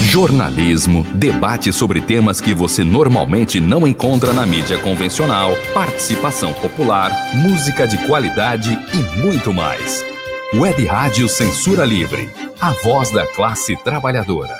Jornalismo, debate sobre temas que você normalmente não encontra na mídia convencional, participação popular, música de qualidade e muito mais. Web Rádio Censura Livre, a voz da classe trabalhadora.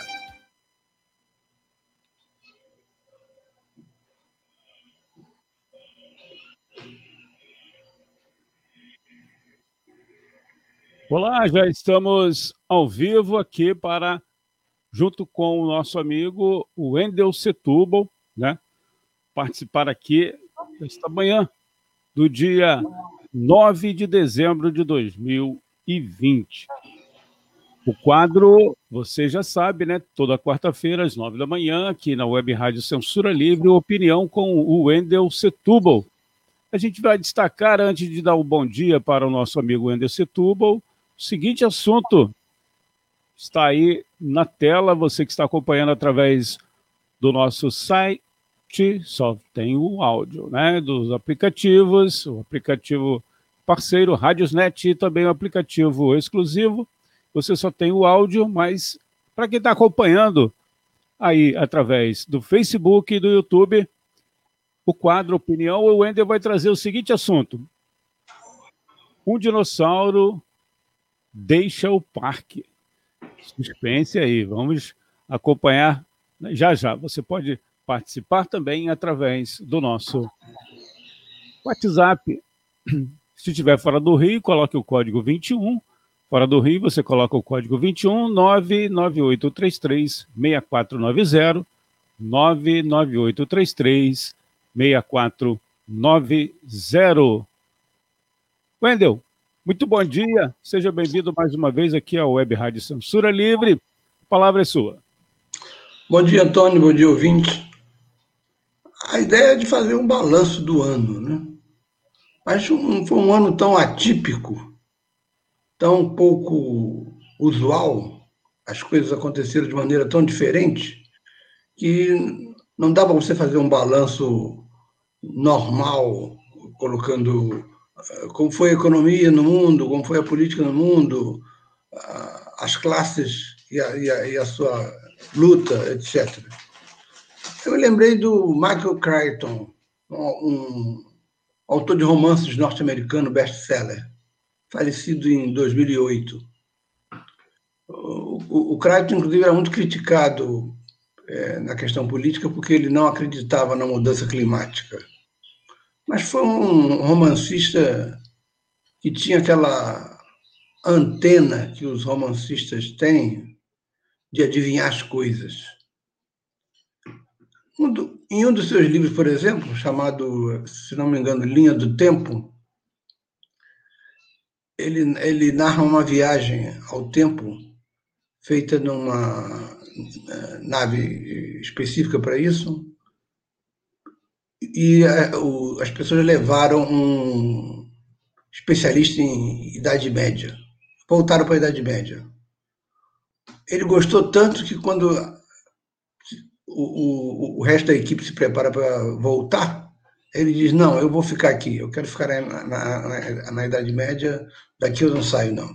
Olá, já estamos ao vivo aqui junto com o nosso amigo Wendel Setúbal, né? Participar aqui esta manhã do dia 9 de dezembro de 2020. O quadro, você já sabe, né? Toda quarta-feira, às 9 da manhã, aqui na Web Rádio Censura Livre, Opinião com o Wendel Setúbal. A gente vai destacar, antes de dar um bom dia para o nosso amigo Wendel Setúbal, o seguinte assunto. Está aí na tela, você que está acompanhando através do nosso site, só tem o áudio, né? Dos aplicativos, o aplicativo parceiro Radiosnet e também o aplicativo exclusivo. Você só tem o áudio, mas para quem está acompanhando aí através do Facebook e do YouTube, o quadro Opinião, o Wendel vai trazer o seguinte assunto. Um dinossauro deixa o parque. Suspense aí, vamos acompanhar já já. Você pode participar também através do nosso WhatsApp. Se estiver fora do Rio, coloque o código 21. Fora do Rio, você coloca o código 21 99833 6490 99833 6490. Wendel, muito bom dia, seja bem-vindo mais uma vez aqui à Web Rádio Censura Livre. A palavra é sua. Bom dia, Antônio, bom dia, ouvinte. A ideia é de fazer um balanço do ano, né? Mas foi um ano tão atípico, tão pouco usual, as coisas aconteceram de maneira tão diferente, que não dá para você fazer um balanço normal, colocando como foi a economia no mundo, como foi a política no mundo, as classes e a sua luta, etc. Eu me lembrei do Michael Crichton, um autor de romances norte-americano best-seller, falecido em 2008. O Crichton, inclusive, era muito criticado na questão política porque ele não acreditava na mudança climática. Mas foi um romancista que tinha aquela antena que os romancistas têm de adivinhar as coisas. Em um dos seus livros, por exemplo, chamado, se não me engano, Linha do Tempo, ele narra uma viagem ao tempo feita numa nave específica para isso, e as pessoas levaram um especialista em Idade Média, voltaram para a Idade Média. Ele gostou tanto que quando o resto da equipe se prepara para voltar, ele diz, não, eu vou ficar aqui, eu quero ficar na Idade Média, daqui eu não saio, não.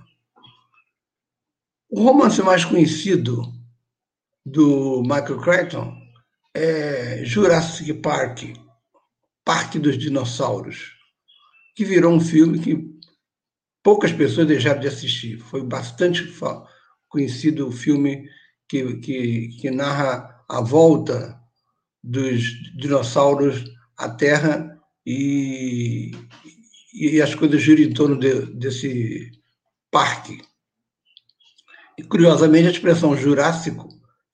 O romance mais conhecido do Michael Crichton é Jurassic Park, Parque dos Dinossauros, que virou um filme que poucas pessoas deixaram de assistir. Foi bastante conhecido o filme que narra a volta dos dinossauros à Terra e as coisas giram em torno desse parque. E, curiosamente, a expressão Jurássico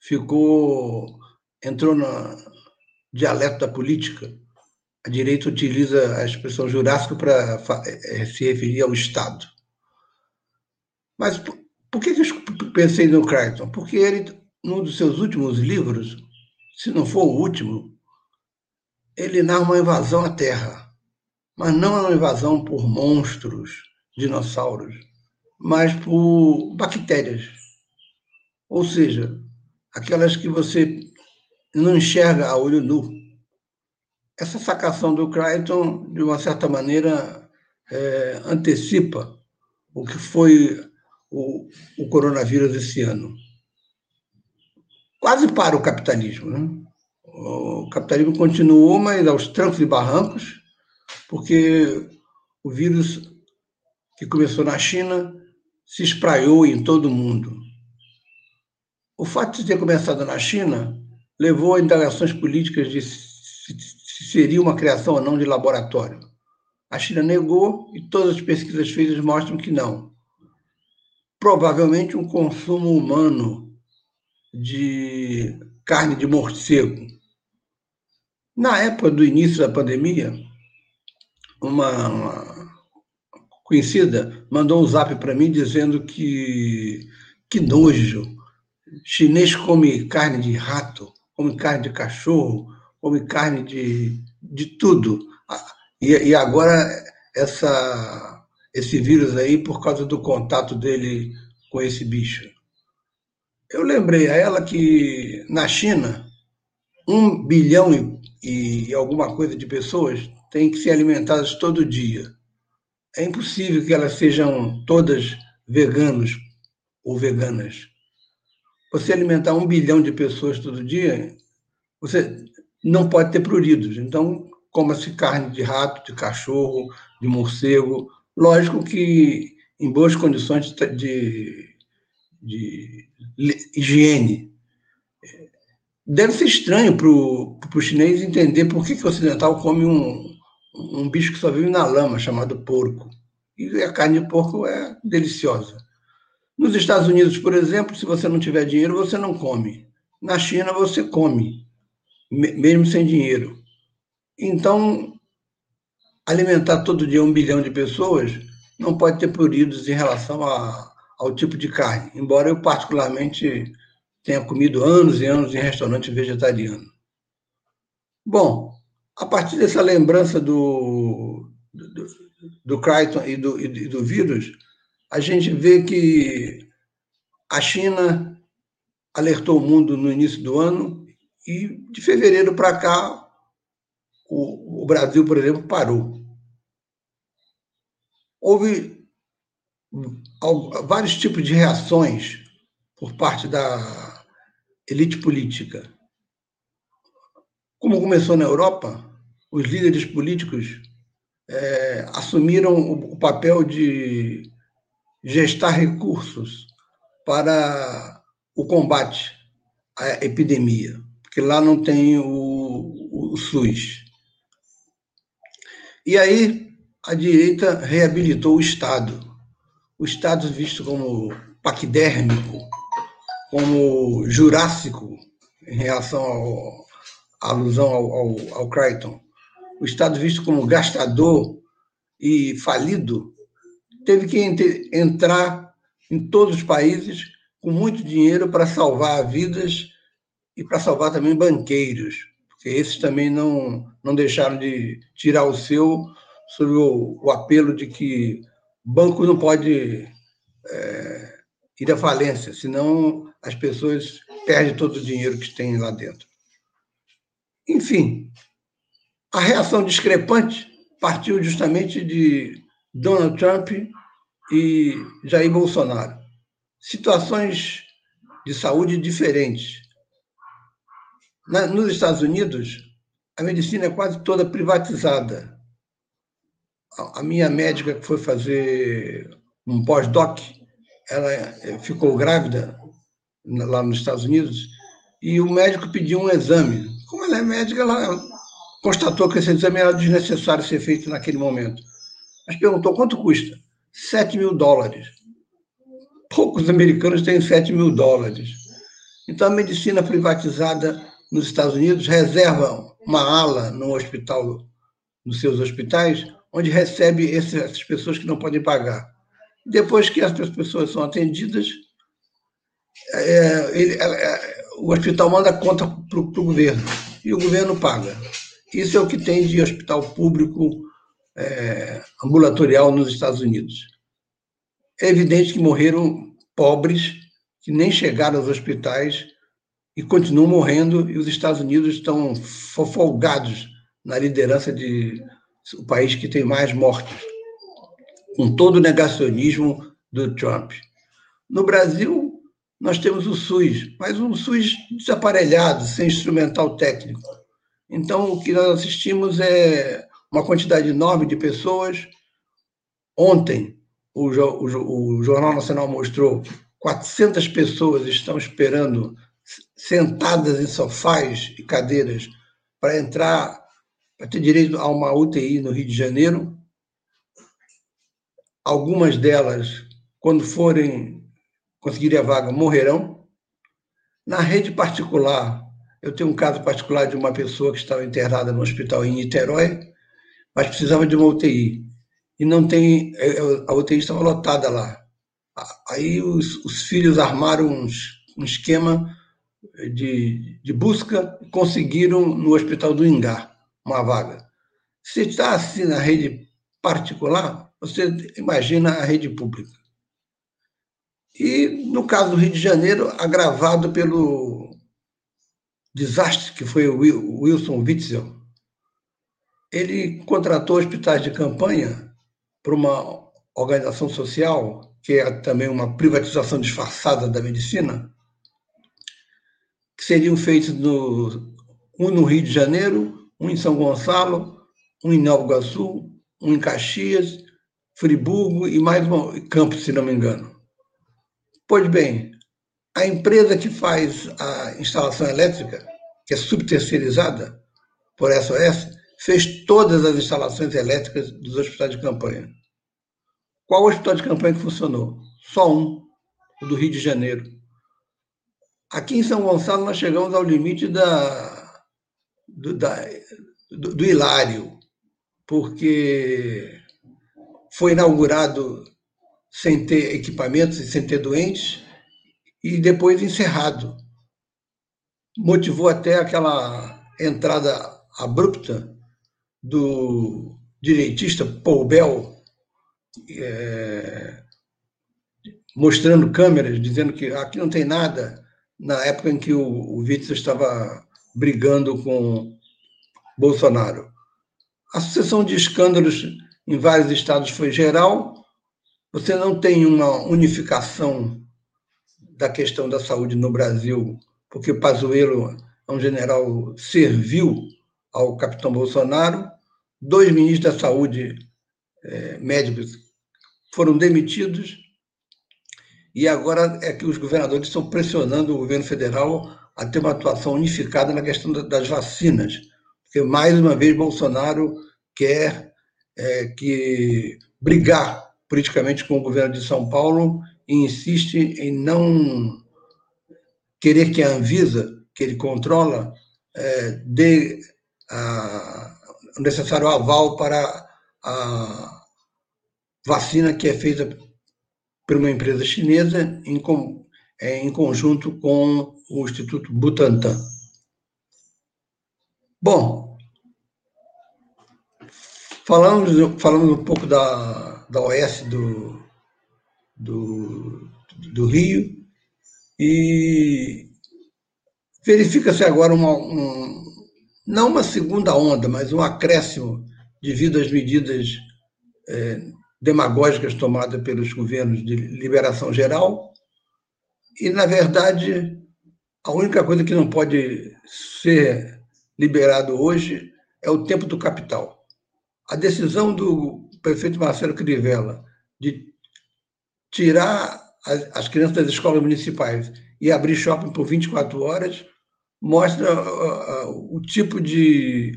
entrou no dialeto da política. A direita utiliza a expressão Jurássico para se referir ao Estado. Mas por que eu pensei no Crichton? Porque ele, num dos seus últimos livros, se não for o último, ele narra uma invasão à Terra. Mas não é uma invasão por monstros, dinossauros, mas por bactérias. Ou seja, aquelas que você não enxerga a olho nu. Essa sacação do Crichton, de uma certa maneira, antecipa o que foi o coronavírus esse ano. quase para o capitalismo, né? O capitalismo continuou, mas aos trancos e barrancos, porque o vírus que começou na China se espraiou em todo o mundo. O fato de ter começado na China levou a indagações políticas de se seria uma criação ou não de laboratório. A China negou e todas as pesquisas feitas mostram que não. Provavelmente um consumo humano de carne de morcego. Na época do início da pandemia, uma conhecida mandou um zap para mim dizendo que nojo, chinês come carne de rato, come carne de cachorro, come carne de tudo. E agora esse vírus aí, por causa do contato dele com esse bicho. Eu lembrei a ela que na China, 1 bilhão e alguma coisa de pessoas têm que ser alimentadas todo dia. É impossível que elas sejam todas veganos ou veganas. Você alimentar 1 bilhão de pessoas todo dia, você não pode ter pruridos. Então, coma-se carne de rato, de cachorro, de morcego. Lógico que em boas condições de higiene. Deve ser estranho para o chinês entender por que o ocidental come um bicho que só vive na lama, chamado porco. E a carne de porco é deliciosa. Nos Estados Unidos, por exemplo, se você não tiver dinheiro, você não come. Na China, você come, mesmo sem dinheiro. Então, alimentar todo dia 1 bilhão de pessoas não pode ter pruridos em relação ao tipo de carne, embora eu particularmente tenha comido anos e anos em restaurante vegetariano. Bom, a partir dessa lembrança do Crichton e do vírus, a gente vê que a China alertou o mundo no início do ano e de fevereiro para cá o Brasil, por exemplo, parou. Houve vários tipos de reações por parte da elite política. Como começou na Europa, os líderes políticos assumiram o papel de gestar recursos para o combate à epidemia, porque lá não tem o SUS. E aí a direita reabilitou o Estado visto como paquidérmico, como jurássico, em relação à alusão ao Crichton. O Estado visto como gastador e falido, teve que entrar em todos os países com muito dinheiro para salvar vidas e para salvar também banqueiros, porque esses também não deixaram de tirar o seu sob o apelo de que banco não pode ir à falência, senão as pessoas perdem todo o dinheiro que têm lá dentro. Enfim, a reação discrepante partiu justamente de Donald Trump e Jair Bolsonaro. Situações de saúde diferentes. Nos Estados Unidos, a medicina é quase toda privatizada. A minha médica que foi fazer um pós-doc, ela ficou grávida lá nos Estados Unidos e o médico pediu um exame. Como ela é médica, ela constatou que esse exame era desnecessário ser feito naquele momento. Mas perguntou quanto custa? $7.000. Poucos americanos têm $7.000. Então, a medicina privatizada nos Estados Unidos reserva uma ala no hospital, nos seus hospitais, onde recebe essas pessoas que não podem pagar. Depois que essas pessoas são atendidas, o hospital manda conta para o governo e o governo paga. Isso é o que tem de hospital público ambulatorial nos Estados Unidos. É evidente que morreram pobres que nem chegaram aos hospitais e continuam morrendo, e os Estados Unidos estão folgados na liderança do país que tem mais mortes, com todo o negacionismo do Trump. No Brasil, nós temos o SUS, mas um SUS desaparelhado, sem instrumental técnico. Então, o que nós assistimos é uma quantidade enorme de pessoas. Ontem, o Jornal Nacional mostrou 400 pessoas estão esperando, sentadas em sofás e cadeiras, para entrar, para ter direito a uma UTI no Rio de Janeiro. Algumas delas, quando forem conseguirem a vaga, morrerão. Na rede particular, eu tenho um caso particular de uma pessoa que estava internada no hospital em Niterói, mas precisava de uma UTI. E não tem, a UTI estava lotada lá. Aí os filhos armaram um esquema de busca e conseguiram no Hospital do Ingá uma vaga. Se está assim na rede particular, você imagina a rede pública. E, no caso do Rio de Janeiro, agravado pelo desastre que foi o Wilson Witzel, ele contratou hospitais de campanha para uma organização social, que é também uma privatização disfarçada da medicina, que seriam feitos um no Rio de Janeiro, um em São Gonçalo, um em Nova Iguaçu, um em Caxias, Friburgo e mais Campos, se não me engano. Pois bem, a empresa que faz a instalação elétrica, que é subterceirizada por SOS, fez todas as instalações elétricas dos hospitais de campanha. Qual hospital de campanha que funcionou? Só um, o do Rio de Janeiro. Aqui em São Gonçalo nós chegamos ao limite do hilário, porque foi inaugurado sem ter equipamentos e sem ter doentes, e depois encerrado. Motivou até aquela entrada abrupta do direitista Paul Bell, mostrando câmeras, dizendo que aqui não tem nada, na época em que o Witzel estava brigando com Bolsonaro. A sucessão de escândalos em vários estados foi geral. Você não tem uma unificação da questão da saúde no Brasil, porque Pazuello é um general servil ao capitão Bolsonaro. 2 ministros da saúde, médicos, foram demitidos, e agora é que os governadores estão pressionando o governo federal a ter uma atuação unificada na questão das vacinas, porque, mais uma vez, Bolsonaro quer brigar politicamente com o governo de São Paulo e insiste em não querer que a Anvisa, que ele controla, dê o necessário aval para a vacina que é feita por uma empresa chinesa em conjunto com o Instituto Butantan. Bom, falamos um pouco da OS do Rio, e verifica-se agora não uma segunda onda, mas um acréscimo devido às medidas demagógicas tomadas pelos governos de liberação geral. E, na verdade, a única coisa que não pode ser liberado hoje é o tempo do capital. A decisão do prefeito Marcelo Crivella de tirar as crianças das escolas municipais e abrir shopping por 24 horas mostra o tipo de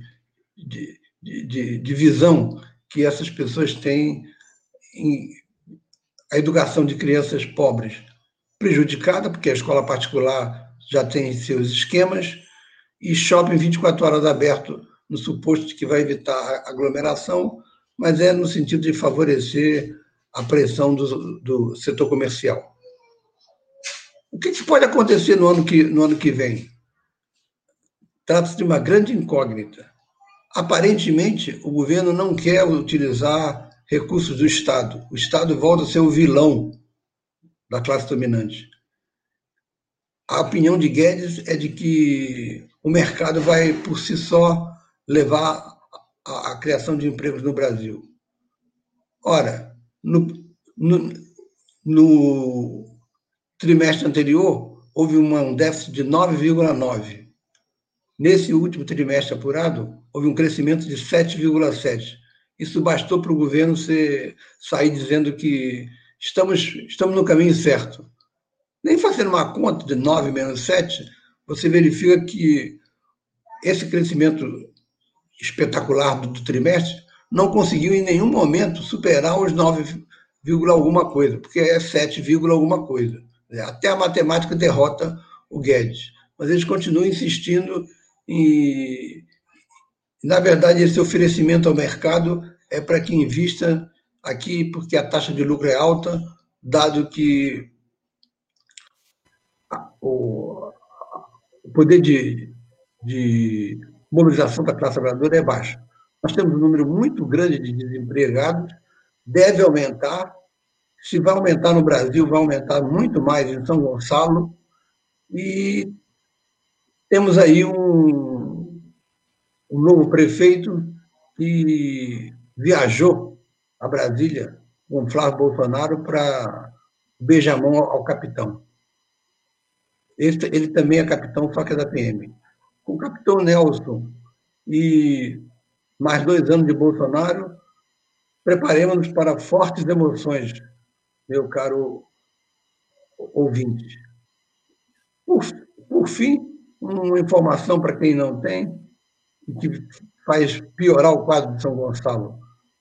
visão que essas pessoas têm em a educação de crianças pobres, prejudicada, porque a escola particular já tem seus esquemas, e shopping 24 horas aberto, no suposto de que vai evitar aglomeração, mas é no sentido de favorecer a pressão do setor comercial. O que pode acontecer no ano que vem? Trata-se de uma grande incógnita. Aparentemente, o governo não quer utilizar recursos do Estado. O Estado volta a ser o vilão da classe dominante. A opinião de Guedes é de que o mercado vai, por si só, levar à criação de empregos no Brasil. Ora, no trimestre anterior, houve um déficit de 9,9%. Nesse último trimestre apurado, houve um crescimento de 7,7%. Isso bastou para o governo sair dizendo que estamos no caminho certo. Nem fazendo uma conta de 9 menos 7, você verifica que esse crescimento espetacular do trimestre não conseguiu em nenhum momento superar os 9, alguma coisa, porque é 7, alguma coisa. Até a matemática derrota o Guedes. Mas eles continuam insistindo e, na verdade, esse oferecimento ao mercado é para que invista aqui, porque a taxa de lucro é alta, dado que o poder de mobilização da classe trabalhadora é baixo. Nós temos um número muito grande de desempregados, deve aumentar. Se vai aumentar no Brasil, vai aumentar muito mais em São Gonçalo. E temos aí um novo prefeito que viajou a Brasília com Flávio Bolsonaro para beijar a mão ao capitão. Ele também é capitão, só que é da PM. Com o capitão Nelson e mais 2 anos de Bolsonaro, preparemos-nos para fortes emoções, meu caro ouvinte. Por fim, uma informação para quem não tem, que faz piorar o quadro de São Gonçalo.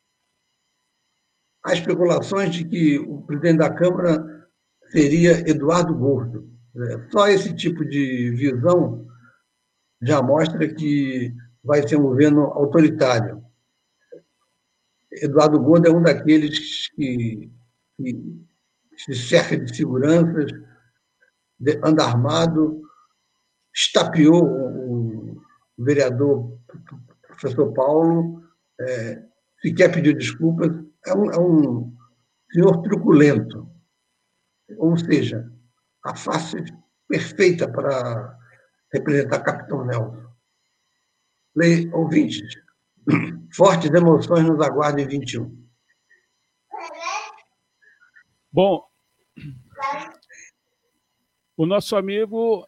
Há especulações de que o presidente da Câmara seria Eduardo Gordo. Só esse tipo de visão já mostra que vai ser um governo autoritário. Eduardo Gordo é um daqueles que se cerca de seguranças, anda armado, estapeou o vereador professor Paulo, sequer pediu desculpas, é um senhor truculento. Ou seja, a face perfeita para representar Capitão Nelson. Ouvintes, fortes emoções nos aguardam em 21. Bom, o nosso amigo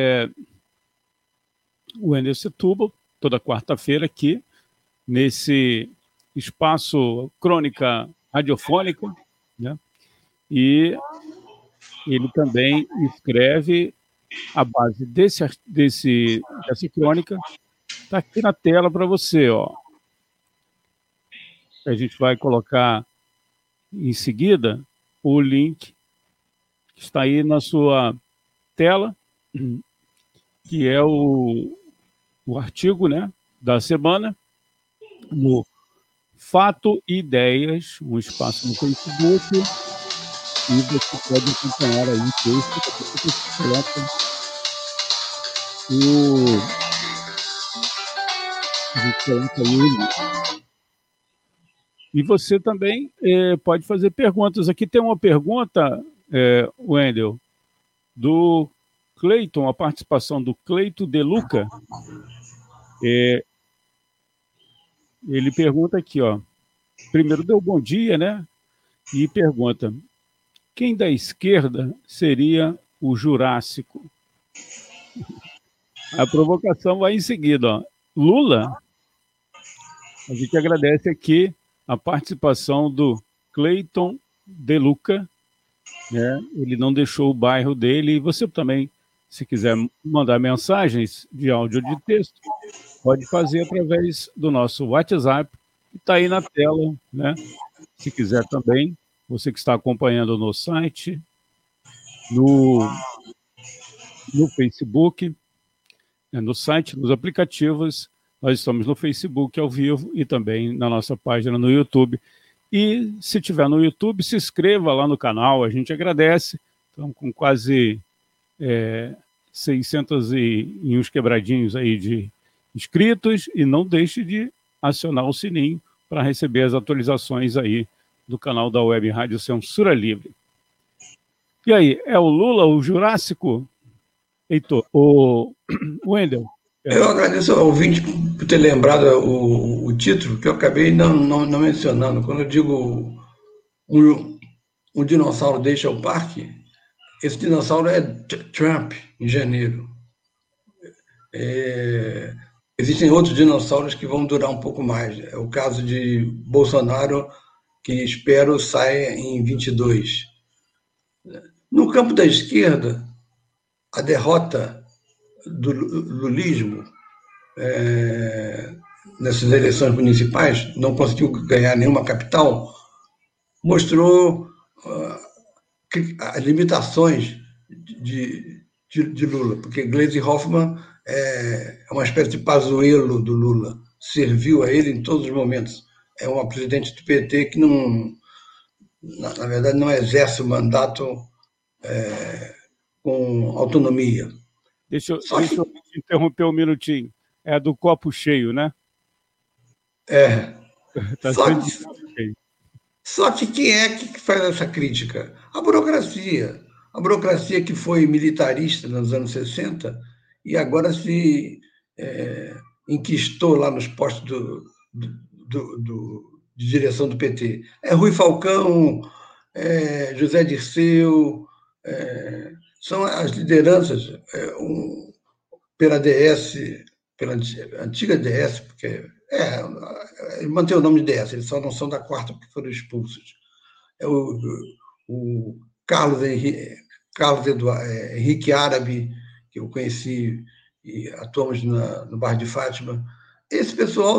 o Wendel Setúbal, toda quarta-feira aqui, nesse espaço Crônica Radiofônica, né? E ele também escreve a base dessa crônica, está aqui na tela para você, ó. A gente vai colocar em seguida o link que está aí na sua tela, que é o artigo, né, da semana, no Fato e Ideias, um espaço no Facebook, e você pode acompanhar aí o texto, que você coloca e você também pode fazer perguntas. Aqui tem uma pergunta, Wendel, do Cleiton, a participação do Cleito De Luca. Ele pergunta aqui, ó. Primeiro deu bom dia, né? E pergunta: quem da esquerda seria o Jurássico? A provocação vai em seguida, ó. Lula? A gente agradece aqui a participação do Cleiton De Luca, né? Ele não deixou o bairro dele. E você também, se quiser mandar mensagens de áudio ou de texto, pode fazer através do nosso WhatsApp, que está aí na tela, né? Se quiser também, você que está acompanhando no site, no Facebook, no site, nos aplicativos, nós estamos no Facebook ao vivo e também na nossa página no YouTube. E se tiver no YouTube, se inscreva lá no canal, a gente agradece. Estamos com quase 600 e uns quebradinhos aí de inscritos, e não deixe de acionar o sininho para receber as atualizações aí do canal da Web Rádio Censura Livre. E aí, é o Lula, o Jurássico? Heitor, o Wendel. Eu agradeço ao ouvinte por ter lembrado o título, que eu acabei não mencionando. Quando eu digo um dinossauro deixa o parque, Esse dinossauro é Trump, em janeiro. Existem outros dinossauros que vão durar um pouco mais. É o caso de Bolsonaro, que espero saia em 22. No campo da esquerda, a derrota do lulismo nessas eleições municipais, não conseguiu ganhar nenhuma capital, mostrou as limitações de Lula, porque Gleisi Hoffmann é uma espécie de Pazuello do Lula, serviu a ele em todos os momentos. É uma presidente do PT que não, na verdade, não exerce o mandato com autonomia. Deixa eu interromper um minutinho. É do copo cheio, né? Tá só que quem é que faz essa crítica? A burocracia. A burocracia que foi militarista nos anos 60 e agora se enquistou lá nos postos de direção do PT. É Rui Falcão, José Dirceu, são as lideranças pela DS, pela antiga DS, porque ele mantém o nome de DS, eles só não são da quarta porque foram expulsos. É o Carlos Henrique Árabe, que eu conheci e atuamos no bairro de Fátima. Esse pessoal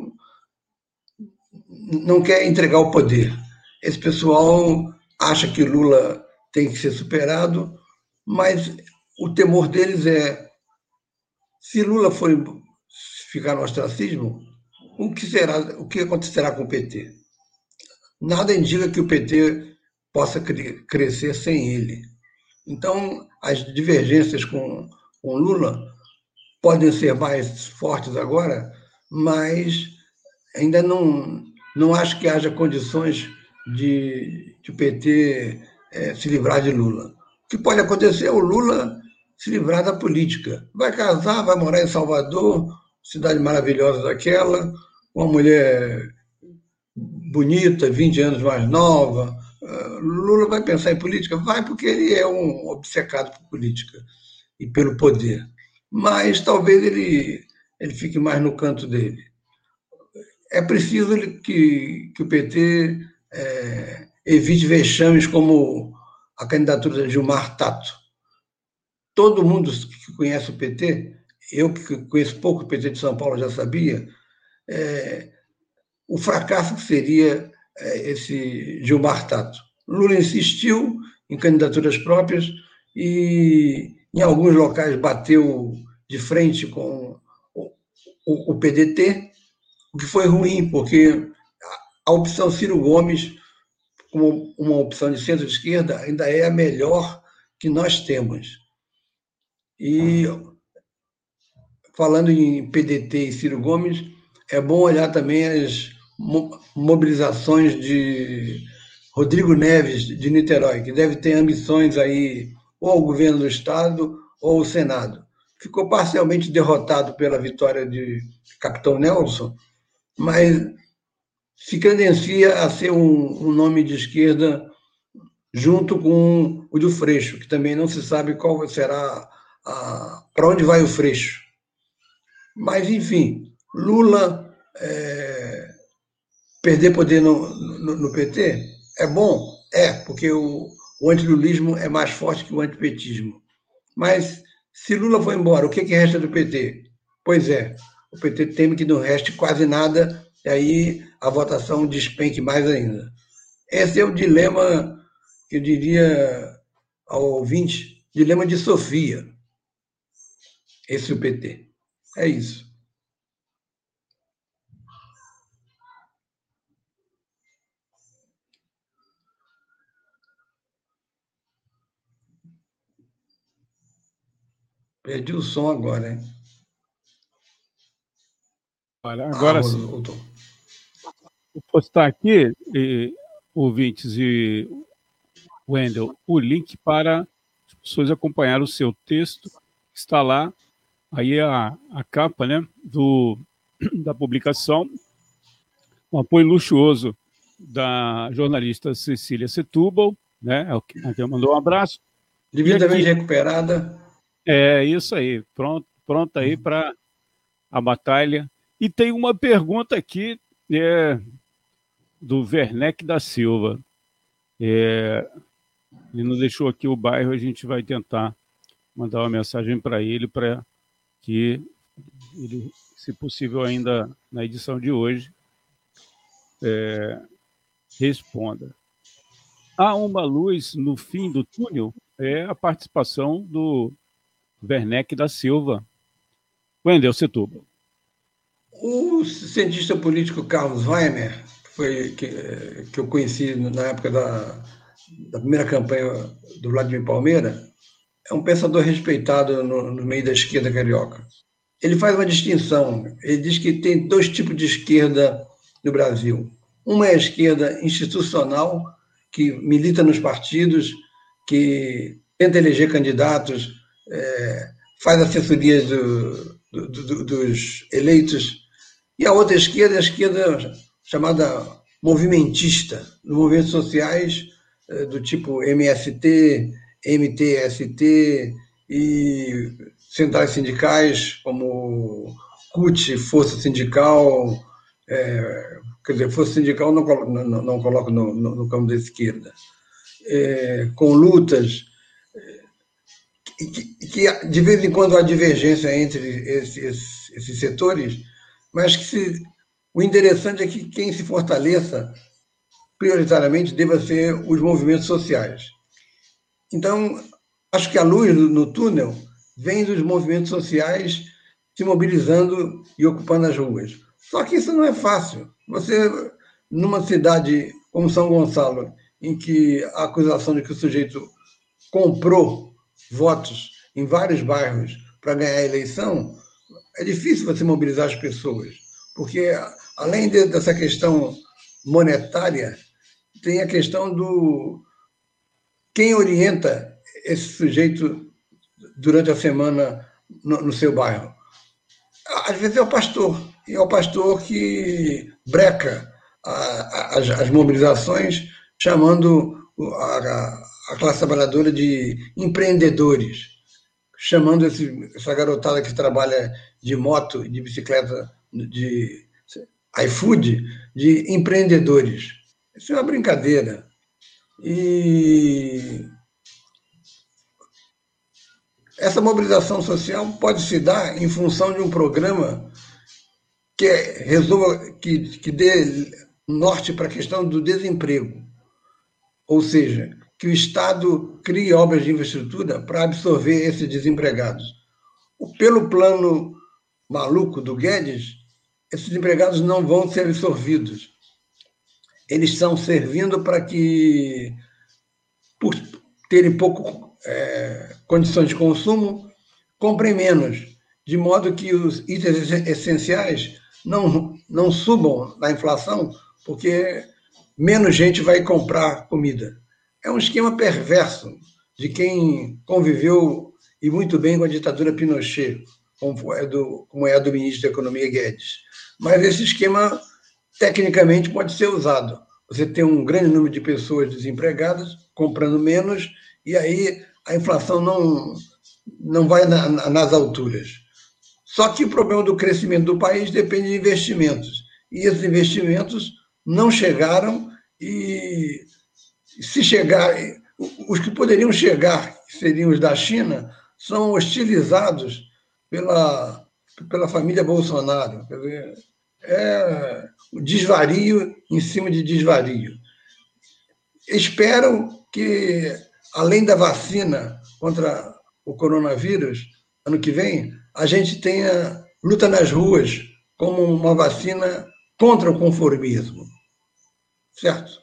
não quer entregar o poder. Esse pessoal acha que Lula tem que ser superado, mas o temor deles é: se Lula ficar no ostracismo, o que acontecerá com o PT? Nada indica que o PT possa crescer sem ele. Então, as divergências com Lula podem ser mais fortes agora, mas ainda não acho que haja condições de o PT se livrar de Lula. O que pode acontecer é o Lula se livrar da política. Vai casar, vai morar em Salvador, cidade maravilhosa daquela, uma mulher bonita, 20 anos mais nova. Lula vai pensar em política? Vai, porque ele é um obcecado por política e pelo poder. Mas talvez ele fique mais no canto dele. É preciso que o PT evite vexames como a candidatura de Gilmar Tato. Todo mundo que conhece o PT, eu que conheço pouco o PT de São Paulo já sabia, o fracasso que seria esse Gilmar Tato. Lula insistiu em candidaturas próprias e em alguns locais bateu de frente com o PDT, o que foi ruim, porque a opção Ciro Gomes, como uma opção de centro-esquerda, ainda é a melhor que nós temos. E falando em PDT e Ciro Gomes, é bom olhar também as mobilizações de Rodrigo Neves, de Niterói, que deve ter ambições aí ou ao governo do Estado ou ao Senado. Ficou parcialmente derrotado pela vitória de Capitão Nelson, mas se credencia a ser um nome de esquerda junto com o do Freixo, que também não se sabe qual será, para onde vai o Freixo. Mas, enfim, Lula perder poder no PT é bom? Porque o antilulismo é mais forte que o antipetismo. Mas, se Lula for embora, o que resta do PT? Pois é, o PT teme que não reste quase nada, e aí a votação despenque mais ainda. Esse é o dilema, eu diria ao ouvinte, dilema de Sofia. Esse é o PT. É isso. Perdi o som agora, hein? Agora sim. Voltou. Vou postar aqui, ouvintes e Wendel, o link para as pessoas acompanhar o seu texto. Está lá, aí a capa, né, da publicação, um apoio luxuoso da jornalista Cecília Setúbal, né, a quem mandou um abraço, Devidamente recuperada. É isso aí, pronto aí para a batalha. E tem uma pergunta aqui do Werneck da Silva. Ele não deixou aqui o bairro, a gente vai tentar mandar uma mensagem para ele que ele, se possível ainda na edição de hoje, responda. Há uma luz no fim do túnel? É a participação do Werneck da Silva. Wendel Setúbal. O cientista político Carlos Weimer, que eu conheci na época da primeira campanha do Vladimir Palmeira, é um pensador respeitado no meio da esquerda carioca. Ele faz uma distinção. Ele diz que tem dois tipos de esquerda no Brasil. Uma é a esquerda institucional, que milita nos partidos, que tenta eleger candidatos, faz assessoria dos eleitos. E a outra esquerda é a esquerda chamada movimentista, nos movimentos sociais do tipo MST, MTST e centrais sindicais como CUT, Força Sindical, quer dizer, Força Sindical não coloco no campo da esquerda, com lutas, que de vez em quando há divergência entre esses setores, mas o interessante é que quem se fortaleça prioritariamente deva ser os movimentos sociais. Então, acho que a luz no túnel vem dos movimentos sociais se mobilizando e ocupando as ruas. Só que isso não é fácil. Você, numa cidade como São Gonçalo, em que a acusação de que o sujeito comprou votos em vários bairros para ganhar a eleição, é difícil você mobilizar as pessoas, porque além dessa questão monetária, tem a questão do quem orienta esse sujeito durante a semana no seu bairro. Às vezes é o pastor, e é o pastor que breca as mobilizações, chamando a classe trabalhadora de empreendedores, chamando essa garotada que trabalha de moto, de bicicleta, de iFood, de empreendedores. Isso é uma brincadeira. E essa mobilização social pode se dar em função de um programa que resolva, que dê norte para a questão do desemprego. Ou seja, que o Estado crie obras de infraestrutura para absorver esses desempregados. Pelo plano maluco do Guedes, esses desempregados não vão ser absorvidos. Eles estão servindo para que, por terem pouco condições de consumo, comprem menos, de modo que os itens essenciais não subam na inflação, porque menos gente vai comprar comida. É um esquema perverso de quem conviveu e muito bem com a ditadura Pinochet, como é a do ministro da Economia Guedes. Mas esse esquema, tecnicamente, pode ser usado. Você tem um grande número de pessoas desempregadas, comprando menos, e aí a inflação não vai nas alturas. Só que o problema do crescimento do país depende de investimentos. E esses investimentos não chegaram, e se chegar, os que poderiam chegar, que seriam os da China, são hostilizados pela família Bolsonaro. Quer dizer, é o desvario em cima de desvario. Espero que, além da vacina contra o coronavírus, ano que vem, a gente tenha luta nas ruas como uma vacina contra o conformismo. Certo?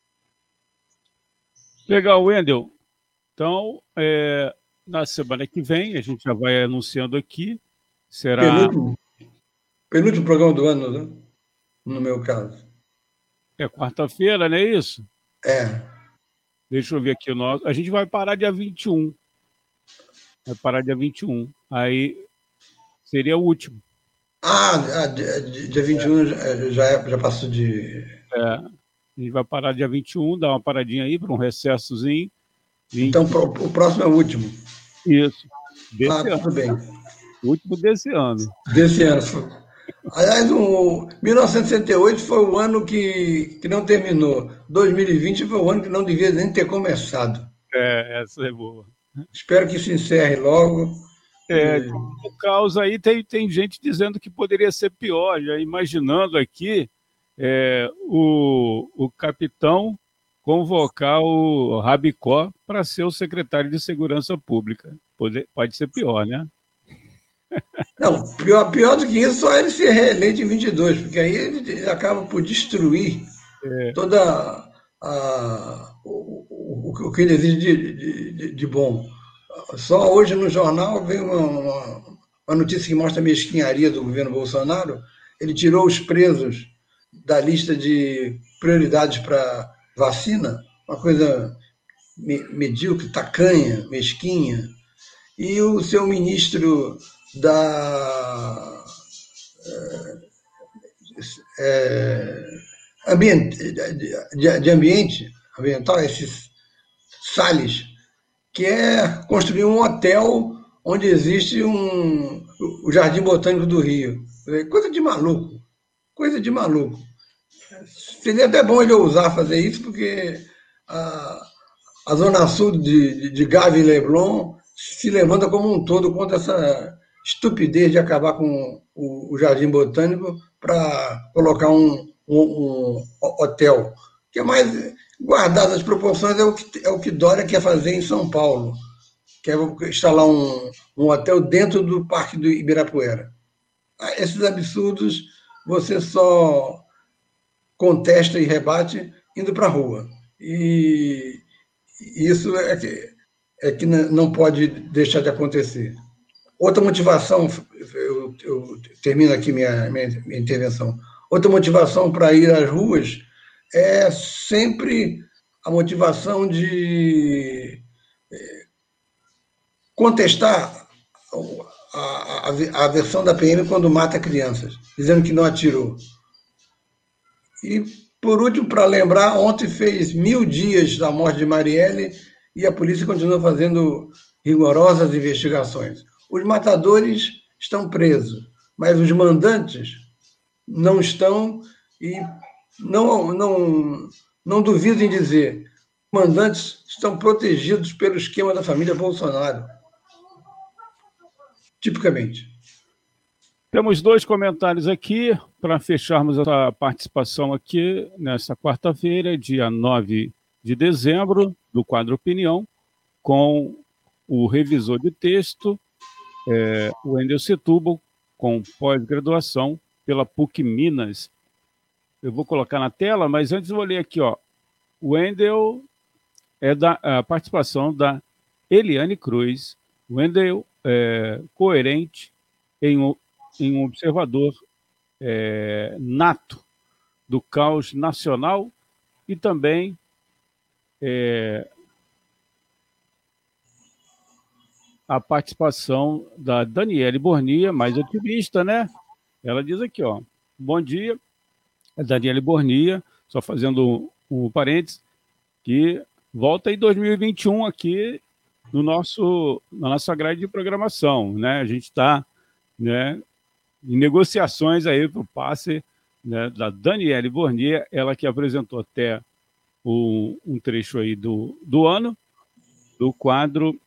Legal, Wendel. Então, na semana que vem, a gente já vai anunciando aqui, será... Penúltimo programa do ano, né? No meu caso. É quarta-feira, não é isso? É. Deixa eu ver aqui o nosso... A gente vai parar dia 21. Vai parar dia 21. Aí seria o último. Dia 21 já passou de... A gente vai parar dia 21, dar uma paradinha aí para um recessozinho. Então, o próximo é o último. Isso. Desse ano. Tudo bem. O último desse ano. Desse ano. Aliás, 1968 foi o ano que não terminou. 2020 foi o ano que não devia nem ter começado. Essa é boa. Espero que se encerre logo. O caos aí tem gente dizendo que poderia ser pior, já imaginando aqui o capitão convocar o Rabicó para ser o secretário de Segurança Pública. Pode ser pior, né? Não, pior do que isso, só ele ser reeleito em 22, porque aí ele acaba por destruir toda o que ele exige de bom. Só hoje no jornal vem uma notícia que mostra a mesquinharia do governo Bolsonaro. Ele tirou os presos da lista de prioridades para vacina, uma coisa medíocre, tacanha, mesquinha. E o seu ministro de ambiente ambiental, esse Salles, que é construir um hotel onde existe o Jardim Botânico do Rio. Coisa de maluco. Coisa de maluco. Seria até bom ele ousar fazer isso, porque a Zona Sul de Gávea e Leblon se levanta como um todo contra essa estupidez de acabar com o Jardim Botânico para colocar um hotel. Que é mais, guardado as proporções, é o que Dória quer fazer em São Paulo, que é instalar um hotel dentro do Parque do Ibirapuera. Esses absurdos você só contesta e rebate indo para a rua. E isso é que não pode deixar de acontecer. Outra motivação, eu termino aqui minha intervenção, outra motivação para ir às ruas é sempre a motivação de contestar a versão da PM quando mata crianças, dizendo que não atirou. E, por último, para lembrar, ontem fez 1000 dias da morte de Marielle e a polícia continua fazendo rigorosas investigações. Os matadores estão presos, mas os mandantes não estão e não duvido em dizer, os mandantes estão protegidos pelo esquema da família Bolsonaro. Tipicamente. Temos 2 comentários aqui para fecharmos a participação aqui nesta quarta-feira, dia 9 de dezembro, do quadro Opinião, com o revisor de texto, o Wendel Setúbal, com pós-graduação pela PUC Minas. Eu vou colocar na tela, mas antes eu vou ler aqui, ó. O Wendel é da participação da Eliane Cruz. O Wendel é coerente em um observador nato do caos nacional e também a participação da Daniele Bornia, mais otimista, né? Ela diz aqui, ó, bom dia, a Daniele Bornia, só fazendo um parênteses, que volta em 2021 aqui na nossa grade de programação, né? A gente está, né, em negociações aí para o passe, né, da Daniele Bornia, ela que apresentou até um trecho aí do ano, do quadro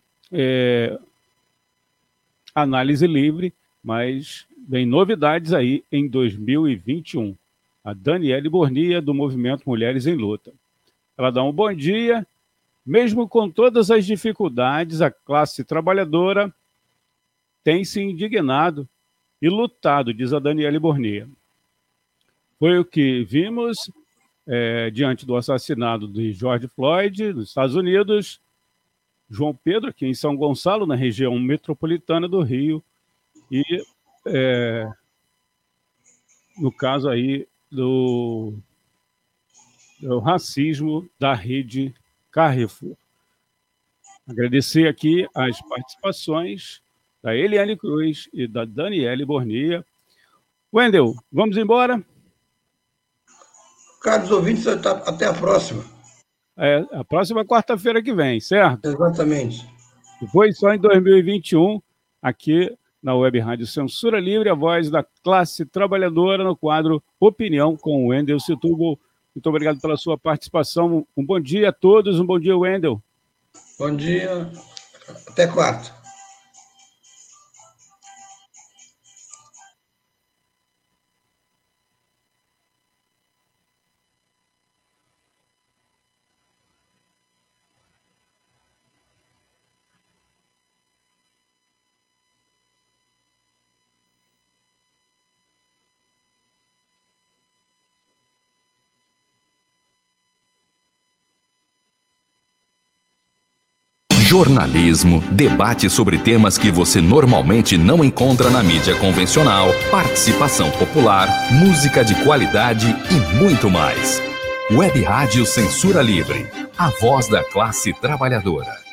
Análise Livre, mas vem novidades aí em 2021. A Daniele Bornia, do Movimento Mulheres em Luta. Ela dá um bom dia. Mesmo com todas as dificuldades, a classe trabalhadora tem se indignado e lutado, diz a Daniele Bornia. Foi o que vimos diante do assassinato de George Floyd nos Estados Unidos, João Pedro, aqui em São Gonçalo, na região metropolitana do Rio, e no caso aí do racismo da rede Carrefour. Agradecer aqui as participações da Eliane Cruz e da Daniele Bornia. Wendel, vamos embora? Caros ouvintes, até a próxima. a próxima quarta-feira que vem, certo? Exatamente. Depois, só em 2021, aqui na Web Rádio Censura Livre, a voz da classe trabalhadora no quadro Opinião com o Wendel Setúbal. Muito obrigado pela sua participação. Um bom dia a todos, um bom dia, Wendel. Bom dia, até quarta. Jornalismo, debate sobre temas que você normalmente não encontra na mídia convencional, participação popular, música de qualidade e muito mais. Web Rádio Censura Livre, a voz da classe trabalhadora.